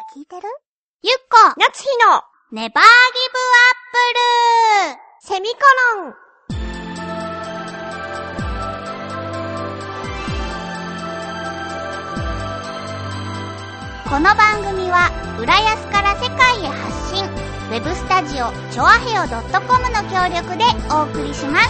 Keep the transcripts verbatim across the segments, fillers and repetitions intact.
聞いてる？ゆっこなつひのネバーギブアップルセミコロン。 この番組は浦安から世界へ発信、ウェブスタジオチョアヘオ .com の協力でお送りします。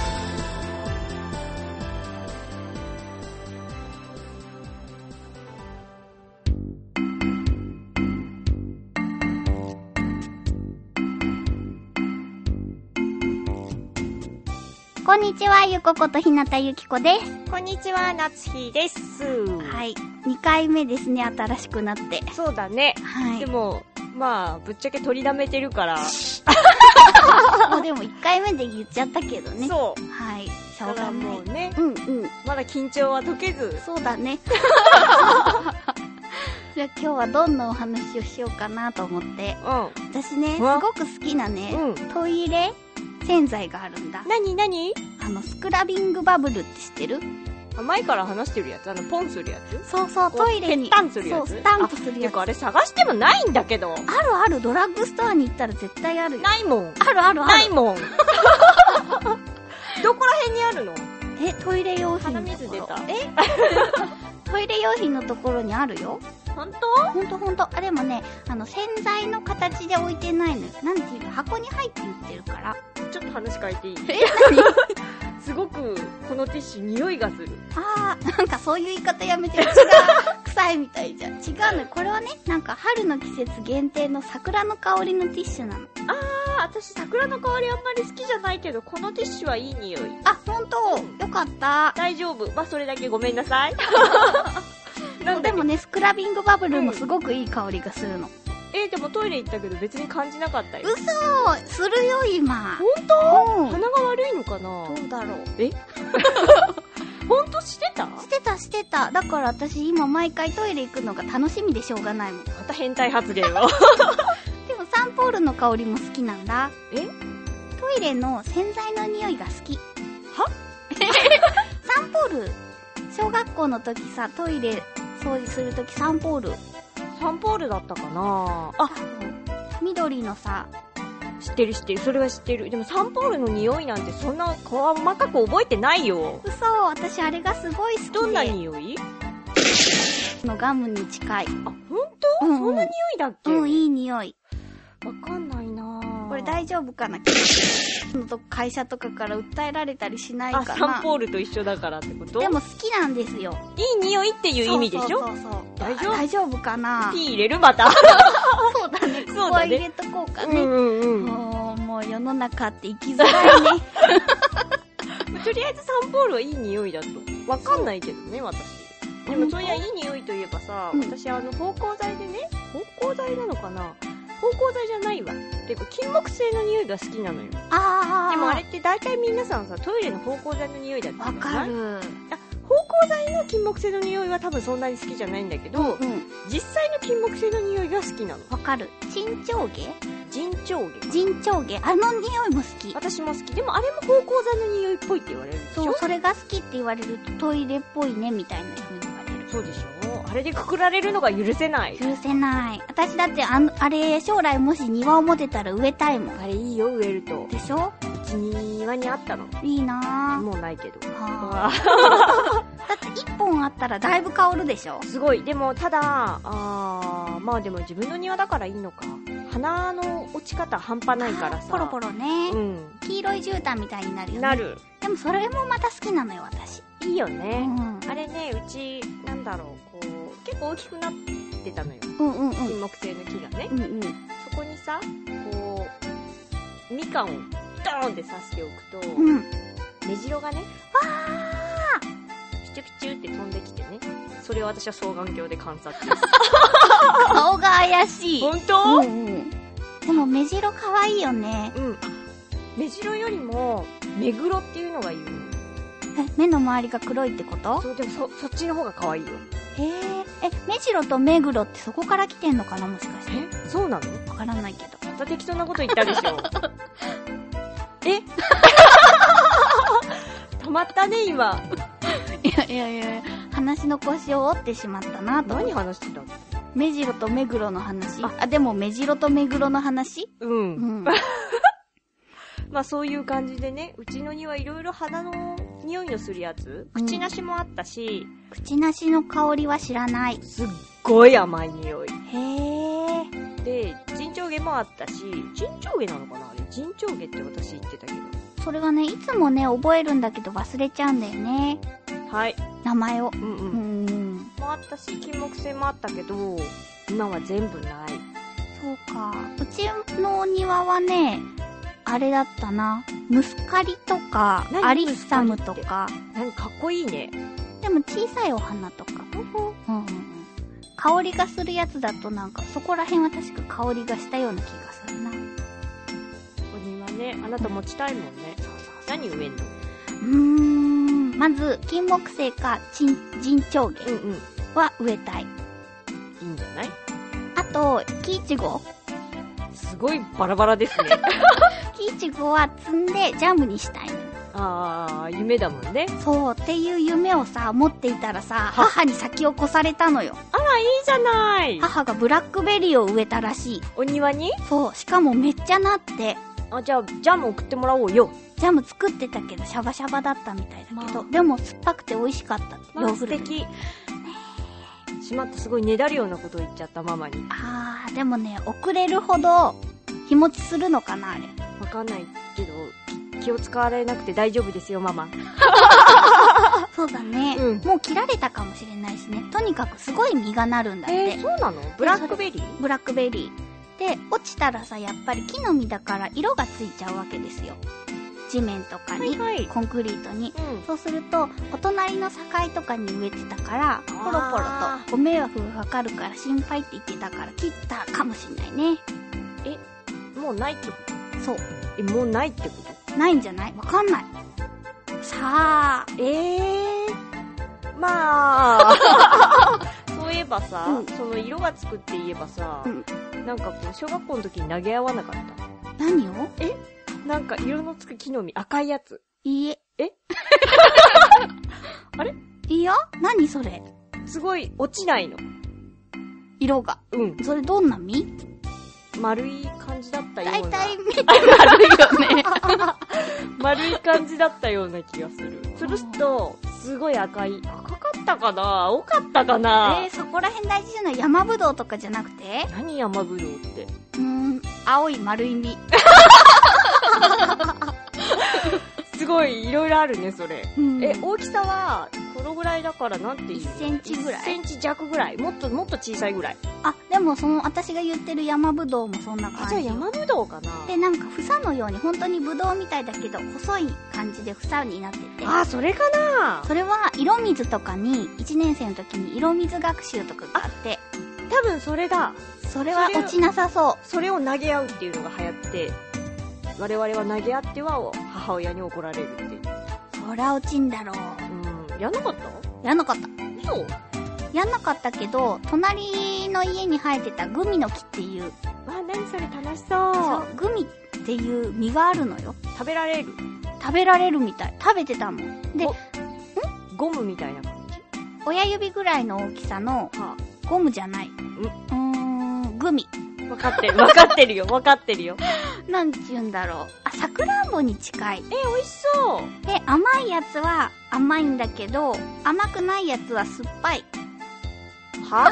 こんにちは、ゆこことひなたゆきこです。 こんにちは、なつひです。 はい、にかいめですね、新しくなって。 そうだね。 はい。 でも、まあ、ぶっちゃけ取りだめてるから。 もうでもいっかいめで言っちゃったけどね。 そう。 はい。しょうがない。 もうね。 うんうん。 まだ緊張は解けず。 そうだね。じゃあ今日はどんなお話をしようかなと思って。 うん。 私ね、すごく好きなね、うん、トイレ洗剤があるんだ。 なになに？ あの、スクラビングバブルって知ってる？ 前から話してるやつ、あの、ポンするやつ？ そうそう、トイレに。 ペッタンするやつ？ そう、スタンプするやつ。 てかあれ探してもないんだけど。 あるある、ドラッグストアに行ったら絶対あるよ。 ないもん。 あるあるある。 ないもん。どこら辺にあるの？ え、トイレ用品のところ。鼻水出た。えトイレ用品のところにあるよ。 ほんと？ ほんとほんと。あ、でもね、あの、洗剤の形で置いてないのよ。なんていうの、箱に入って売ってるから。 ちょっと話変えていい？ え、何？ すごく、このティッシュ匂いがする。 あー、なんかそういう言い方やめて。違う。臭いみたいじゃん。違うのよ。これはね、なんか春の季節限定の桜の香りのティッシュなの。 あー、私桜の香りあんまり好きじゃないけど、このティッシュはいい匂い。 あ、ほんと？よかった。 大丈夫。まあ、それだけごめんなさい。 なんでもね、スクラビングバブルもすごくいい香りがするの。うん、 えー、でもトイレ行ったけど別に感じなかったよ。 嘘するよ、今。 ほんと？ うん。 鼻が悪いのかな？ どうだろう。 えほんとしてた？ してたしてた。だから私今毎回トイレ行くのが楽しみでしょうがないもん。 また変態発言を。 でもサンポールの香りも好きなんだ。 え？ トイレの洗剤の匂いが好き。 は？ サンポール、小学校の時さ、トイレ掃除するときサンポール。 サンポールだったかなあ、 緑のさ。 知ってる知ってる。それは知ってる。でもサンポールの匂いなんてそんな細かく覚えてないよ。 嘘、私あれがすごい好きで。 どんな匂い？ のガムに近い。 あ、ほんと？うんうん、そんな匂いだっけ？ うん、いい匂い。 わかんないなぁ。 これ大丈夫かな？会社とかから訴えられたりしないかな。 あ、サンポールと一緒だからってこと？ でも好きなんですよ。 いい匂いっていう意味でしょ？ そうそうそうそう。 大丈夫？ 大丈夫かな？ ピー入れるまた。 そうだね。ここは入れとこうかね。 うんうんうん。 もう、もう世の中って生きづらいね。 とりあえずサンポールはいい匂いだと。わかんないけどね、私。でもそういやいい匂いといえばさ、うん、私あの芳香剤でね、芳香剤なのかな？芳香剤じゃないわ。ていうか金木犀の匂いが好きなのよ。 あー。 でもあれって大体皆さんさ、トイレの芳香剤の匂いだってわかる。 あ、芳香剤の金木犀の匂いは多分そんなに好きじゃないんだけど、うんうん、実際の金木犀の匂いが好きなの。 わかる。沈丁下？ 沈丁下。 沈丁下。あの匂いも好き。 私も好き。でもあれも芳香剤の匂いっぽいって言われるでしょ？ そう、それが好きって言われるとトイレっぽいねみたいな風に言われる。 そうでしょ？あれでくくられるのが許せない。 許せない。私だってあの、あれ、将来もし庭を持てたら植えたいもん。 あれいいよ、植えると。 でしょ？ うちに庭にあったの。 いいなぁ。 もうないけど。 はぁ。だって一本あったらだいぶ香るでしょ？ すごい。でも、ただ、あー、まあでも自分の庭だからいいのか。花の落ち方半端ないからさ。 ポロポロね。 うん。 黄色い絨毯みたいになるよね。 なる。 でもそれもまた好きなのよ、私。 いいよね。 うん、 あれね、うち、なんだろう、こう、結構大きくなってたのよ。 うんうんうん。 金木犀の木がね。 うんうん。 そこにさ、こう、みかんをドーンって刺しておくと、 うん。 目白がね、 わーピチュピチュって飛んできてね。それを私は双眼鏡で観察です。 顔が怪しい。 ほんと？ うんうん。でも目白可愛いよね。 うん。目白よりも、目黒っていうのがいいの。 え、目の周りが黒いってこと？ そう、でもそ、そっちの方が可愛いよ。 へえ。え、目白と目黒ってそこから来てんのかな、もしかして。 え、そうなの？ わからないけど。 また適当なこと言ったでしょ。え止まったね、今。 いやいやいや、話の腰を折ってしまったなと。 何話してたの？ 目白と目黒の話。あ、あでも目白と目黒の話。 うん。うん。 まあそういう感じでね、うちの庭いろいろ花の匂いのするやつ、口なしもあったし、 うん、口なしの香りは知らない。 すっごい甘い匂い。 へー。 で、ジンチョウゲもあったし、ジンチョウゲなのかなあれ、ジンチョウゲって私言ってたけど。 それがね、いつもね、覚えるんだけど忘れちゃうんだよね。 はい。 名前を。 うんうん。 うん。 もあったし、金木犀もあったけど、今は全部ない。 そうか。うちのお庭はね、あれだったな。ムスカリとか、アリッサムとか。 何かっこいいね。 でも小さいお花とか。うんうんうん。香りがするやつだとなんか、そこら辺は確か香りがしたような気がするな。 お庭ね、あなた持ちたいもんね。そうそう。何植えんの？ うーん。まず、金木犀か、チン、ジンチョウゲは植えたい。 いいんじゃない？ あと、キイチゴ。 すごいバラバラですね。 キイチゴは摘んでジャムにしたいの。 ああ、夢だもんね。 そう、っていう夢をさ、持っていたらさ、母に先を越されたのよ。 あら、いいじゃない。 母がブラックベリーを植えたらしい。 お庭に？ そう、しかもめっちゃなって。 あ、じゃあ、ジャム送ってもらおうよ。 ジャム作ってたけど、シャバシャバだったみたいだけど、まあ、でも酸っぱくて美味しかった。 まあ、ヨーグルト。素敵。しまった、すごいねだるようなことを言っちゃった、ママに。 あー、でもね、遅れるほど日持ちするのかな、あれ。 わかんないけど、気を使われなくて大丈夫ですよ、ママ。 そうだね、うん。もう切られたかもしれないしね。とにかくすごい実がなるんだって。 えー、そうなの？ブラックベリー？ ブラックベリー。で、落ちたらさ、やっぱり木の実だから色がついちゃうわけですよ。地面とかに、はいはい、コンクリートに、うん、そうするとお隣の境とかに植えてたからポロポロとご迷惑がかかるから心配って言ってたから切ったかもしんないね。 え、もうないってこと？そう。え、もうないってこと？ ないんじゃない？わかんない。さあ、 えー、まあそういえばさ、うん、その色がつくって言えばさ、うん、なんかこう小学校の時に投げ合わなかった？ 何を？ え？なんか色のつく木の実、赤いやつ。 いいえ。 えあれ？ いや？何それ？ すごい落ちないの。 色が。 うん。 それどんな実？ 丸い感じだったような。 大体見て丸いよね。 丸い感じだったような気がする。つるすと、すごい赤い。赤かったかな？青かったかな？ えー、そこら辺大事じゃない？山ぶどうとかじゃなくて？ 何山ぶどうって？ うーん、青い丸い実。 すごい、いろいろあるね、それ。 うん、 え、大きさは、このぐらいだからなんていうの？いっセンチぐらい ?いっセンチ弱ぐらい。もっと、もっと小さいぐらい。 あ、でもその、私が言ってる山ぶどうもそんな感じ。 あ、じゃあ山ぶどうかな？ で、なんか房のように、本当にぶどうみたいだけど、細い感じで房になってて。 あ、それかな？ それは、色水とかに、いちねん生の時に色水学習とかがあって。 多分それだ。 それは落ちなさそう。 それを投げ合うっていうのが流行って、我々は投げ合っては母親に怒られるっていう。 そりゃ落ちんだろう。 うん。やんなかった？ やんなかった。 そう？ やんなかったけど、隣の家に生えてたグミの木っていう。 わ、なにそれ楽しそう。そう、 グミっていう実があるのよ。 食べられる？ 食べられるみたい。食べてたもん。で、ん？ ゴムみたいな感じ？ 親指ぐらいの大きさの、はあ、ゴムじゃない。ん？うーん、グミ。 わかってる、わかってるよ、わかってるよ。 なんて言うんだろう。あ、さくらんぼに近い。 え、美味しそう。 で、甘いやつは甘いんだけど、甘くないやつは酸っぱい。 は？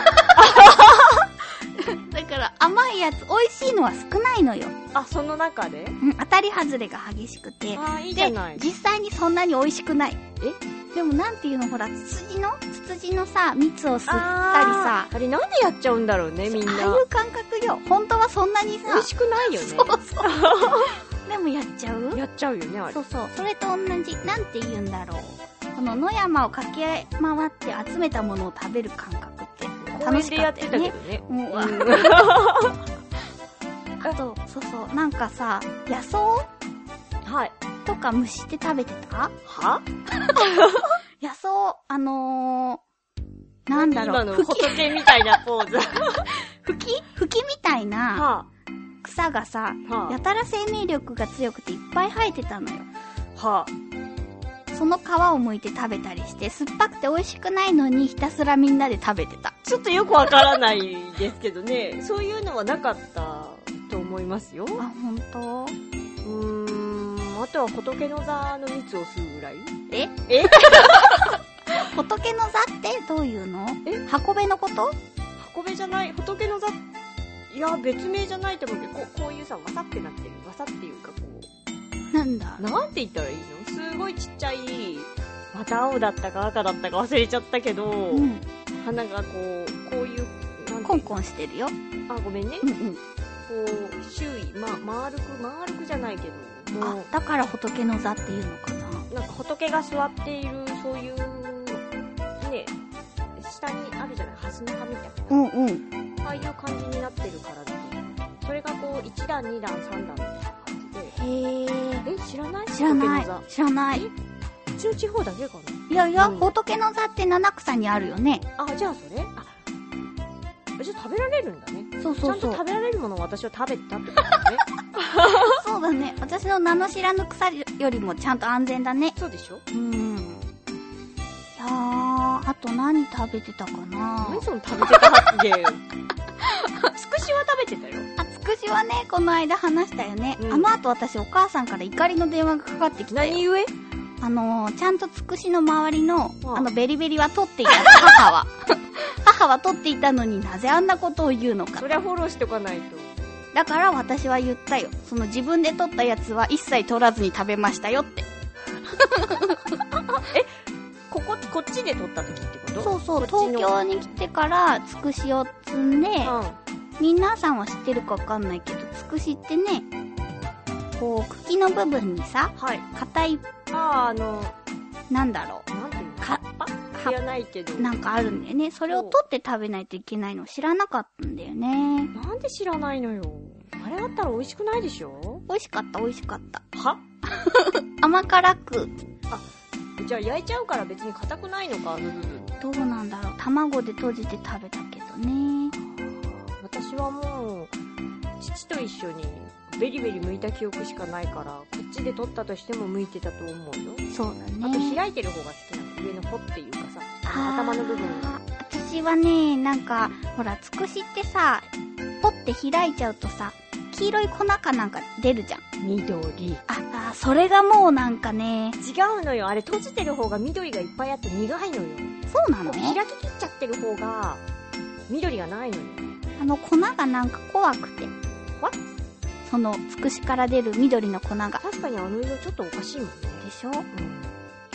だから甘いやつ、美味しいのは少ないのよ。 あ、その中で？ うん、当たり外れが激しくて。 あ、いいじゃない。 で、実際にそんなに美味しくない。 え？ でもなんていうの、ほら、ツツジのツツジのさ、蜜を吸ったりさ。 あれなんでやっちゃうんだろうね、みんな。 ああいう感覚よ。本当はそんなにさ。 美味しくないよね。 そうそう。でもやっちゃう？ やっちゃうよね、あれ。 そうそう。それと同じ、なんて言うんだろう。この野山を駆け回って集めたものを食べる感覚って楽しかったよね。公園でやってたけどね。うん。あと、そうそう、なんかさ、野草？ はい。 とか虫って食べてた？ は？ 野草、あのー、なんだろう。 今の仏みたいなポーズ。 吹き吹きみたいな草がさ、はあ、やたら生命力が強くていっぱい生えてたのよ。 はあ。 その皮を剥いて食べたりして、酸っぱくて美味しくないのにひたすらみんなで食べてた。 ちょっとよくわからないですけどね。そういうのはなかったと思いますよ。 あ、ほんと？ うーん、あとは仏の座の蜜を吸うぐらい。 ええ仏の座ってどういうの？ え箱べのこと？ 箱べじゃない。仏の座、いや、別名じゃないと思うけど、こう、こういうさ、わさってなってる。わさっていうかこう。 なんだなんて言ったらいいの？すごいちっちゃい、また青だったか赤だったか忘れちゃったけど、うん、花がこう、こういう、 なんコンコンしてるよ。 あ、ごめんね。うんうん。こう、周囲、ま、丸く、丸くじゃないけど、 もう。あ、だから仏の座っていうのかな。 なんか仏が座っている、そういう、ね、下にあるじゃない、ハスの葉みたいな。 うんうん。 ああいう感じになってるからだと思う。それがこう、いち段、に段、さん段みたいな感じで。 へー。 え、知らない？ 知らない。知らない。 うちの地方だけかな？ いやいや、仏の座って七草にあるよね。 あ、じゃあそれ？あ、じゃあ食べられるんだね。 そうそうそう。 ちゃんと食べられるものを私は食べたってことだね。 そうだね。私の名の知らぬ草よりもちゃんと安全だね。 そうでしょ？ うん。いやー、あと何食べてたかな？ 何その食べてた発言。つくしは食べてたよ。 あ、つくしはね、この間話したよね。うん、あの後私お母さんから怒りの電話がかかってきたよ。 何故？ あのー、ちゃんとつくしの周りの、あ, あのベリベリは取っていた母は。母は取っていたのになぜあんなことを言うのか。 そりゃフォローしとかないと。 だから私は言ったよ。その自分で取ったやつは一切取らずに食べましたよって。 え、ここ、こっちで取った時ってこと？ そうそう、東京に来てからつくしを摘んで、うん、皆さんは知ってるかわかんないけど、つくしってね、こう茎の部分にさ、はい、硬い、 あー、あの、 なんだろう。 なんていうの？ か、 あ、知らないけど。 なんかあるんだよね。それを取って食べないといけないの知らなかったんだよね。 なんで知らないのよ。あれあったら美味しくないでしょ？ 美味しかった、美味しかった。 は？ 甘辛く。 あ、じゃあ焼いちゃうから別に硬くないのか、あの部分。 どうなんだろう。卵で閉じて食べたけどね。 私はもう、父と一緒にベリベリ剥いた記憶しかないから、こっちで取ったとしても剥いてたと思うよ。 そうだね。 あと開いてる方が好きなの。上の穂っていうかさ、頭の部分が。 私はね、なんか、ほら、つくしってさ、ポッて開いちゃうとさ、黄色い粉かなんか出るじゃん。 緑。 あ、あ、それがもうなんかね。 違うのよ。あれ閉じてる方が緑がいっぱいあって苦いのよ。 そうなの？ 開ききっちゃってる方が緑がないのよ。 あの粉がなんか怖くて。 怖っ？ そのつくしから出る緑の粉が。 確かにあの色ちょっとおかしいもんね。 でしょ？うん。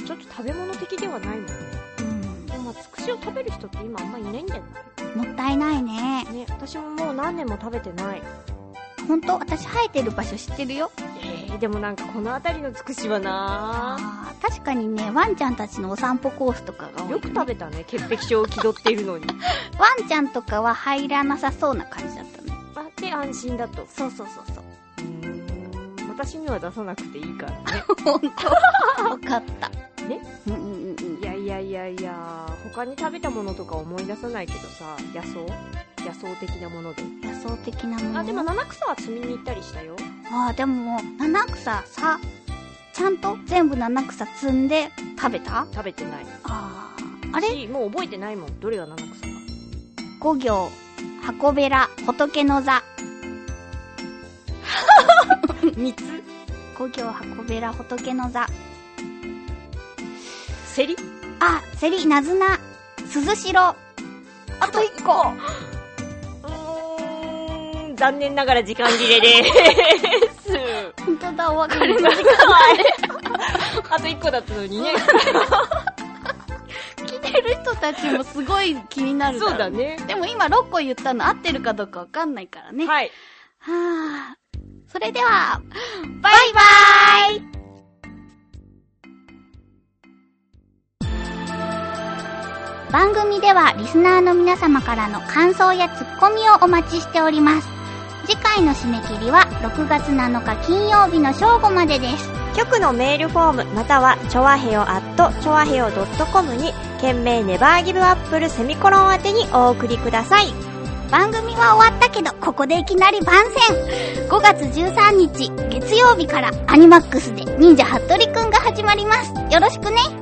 ちょっと食べ物的ではないもんね。うん。でもつくしを食べる人って今あんまいないんじゃない？ もったいないね。 ね、私ももう何年も食べてない。 ほんと？私生えてる場所知ってるよ。 えー、でもなんかこの辺りのつくしはなあー、確かにね、ワンちゃんたちのお散歩コースとかが多い、ね。 よく食べたね、潔癖症を気取っているのに。 ワンちゃんとかは入らなさそうな感じだったね。 あ、で安心だと。 そうそうそうそう。 うーん、私には出さなくていいからね。 ほんと？わかった。 ね？ うんうんうんうん。 いやいやいやいや、他に食べたものとか思い出さないけどさ、野草野草的なもので。 野草的なもの？ あ、でも七草は摘みに行ったりしたよ。 ああ、でも、七草さ、ちゃんと全部七草摘んで食べた？ 食べてない。 ああ、あれ？ もう覚えてないもん。どれが七草か。 五行、箱べら、仏の座。 三つ？ 五行、箱べら、仏の座。 セリ？ あ、セリ、ナズナ、鈴代。あと一個。 うーん、残念ながら時間切れでーす。 本当だ、お別れの時間あと一個だったのにね。 来てる人たちもすごい気になるだろう。 そうだね。 でも今ろっこ言ったの合ってるかどうかわかんないからね。 はい。 はぁ。それでは、バイバーイ。番組ではリスナーの皆様からの感想やツッコミをお待ちしております。次回の締め切りはろくがつなのか金曜日の正午までです。 局のメールフォームまたはチョアヘヨアットチョアヘヨドットコムに件名ネバーギブアップルセミコロン宛てにお送りください。 番組は終わったけど、ここでいきなり番宣。ごがつじゅうさんにち月曜日からアニマックスで忍者ハットリくんが始まります。よろしくね。